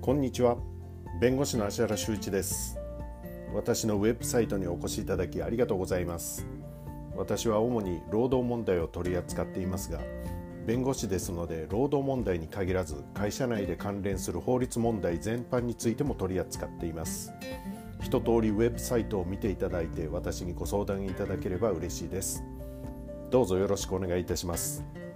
こんにちは。弁護士の芦原修一です。私のウェブサイトにお越しいただきありがとうございます。私は主に労働問題を取り扱っていますが、弁護士ですので労働問題に限らず会社内で関連する法律問題全般についても取り扱っています。一通りウェブサイトを見ていただいて私にご相談いただければ嬉しいです。どうぞよろしくお願いいたします。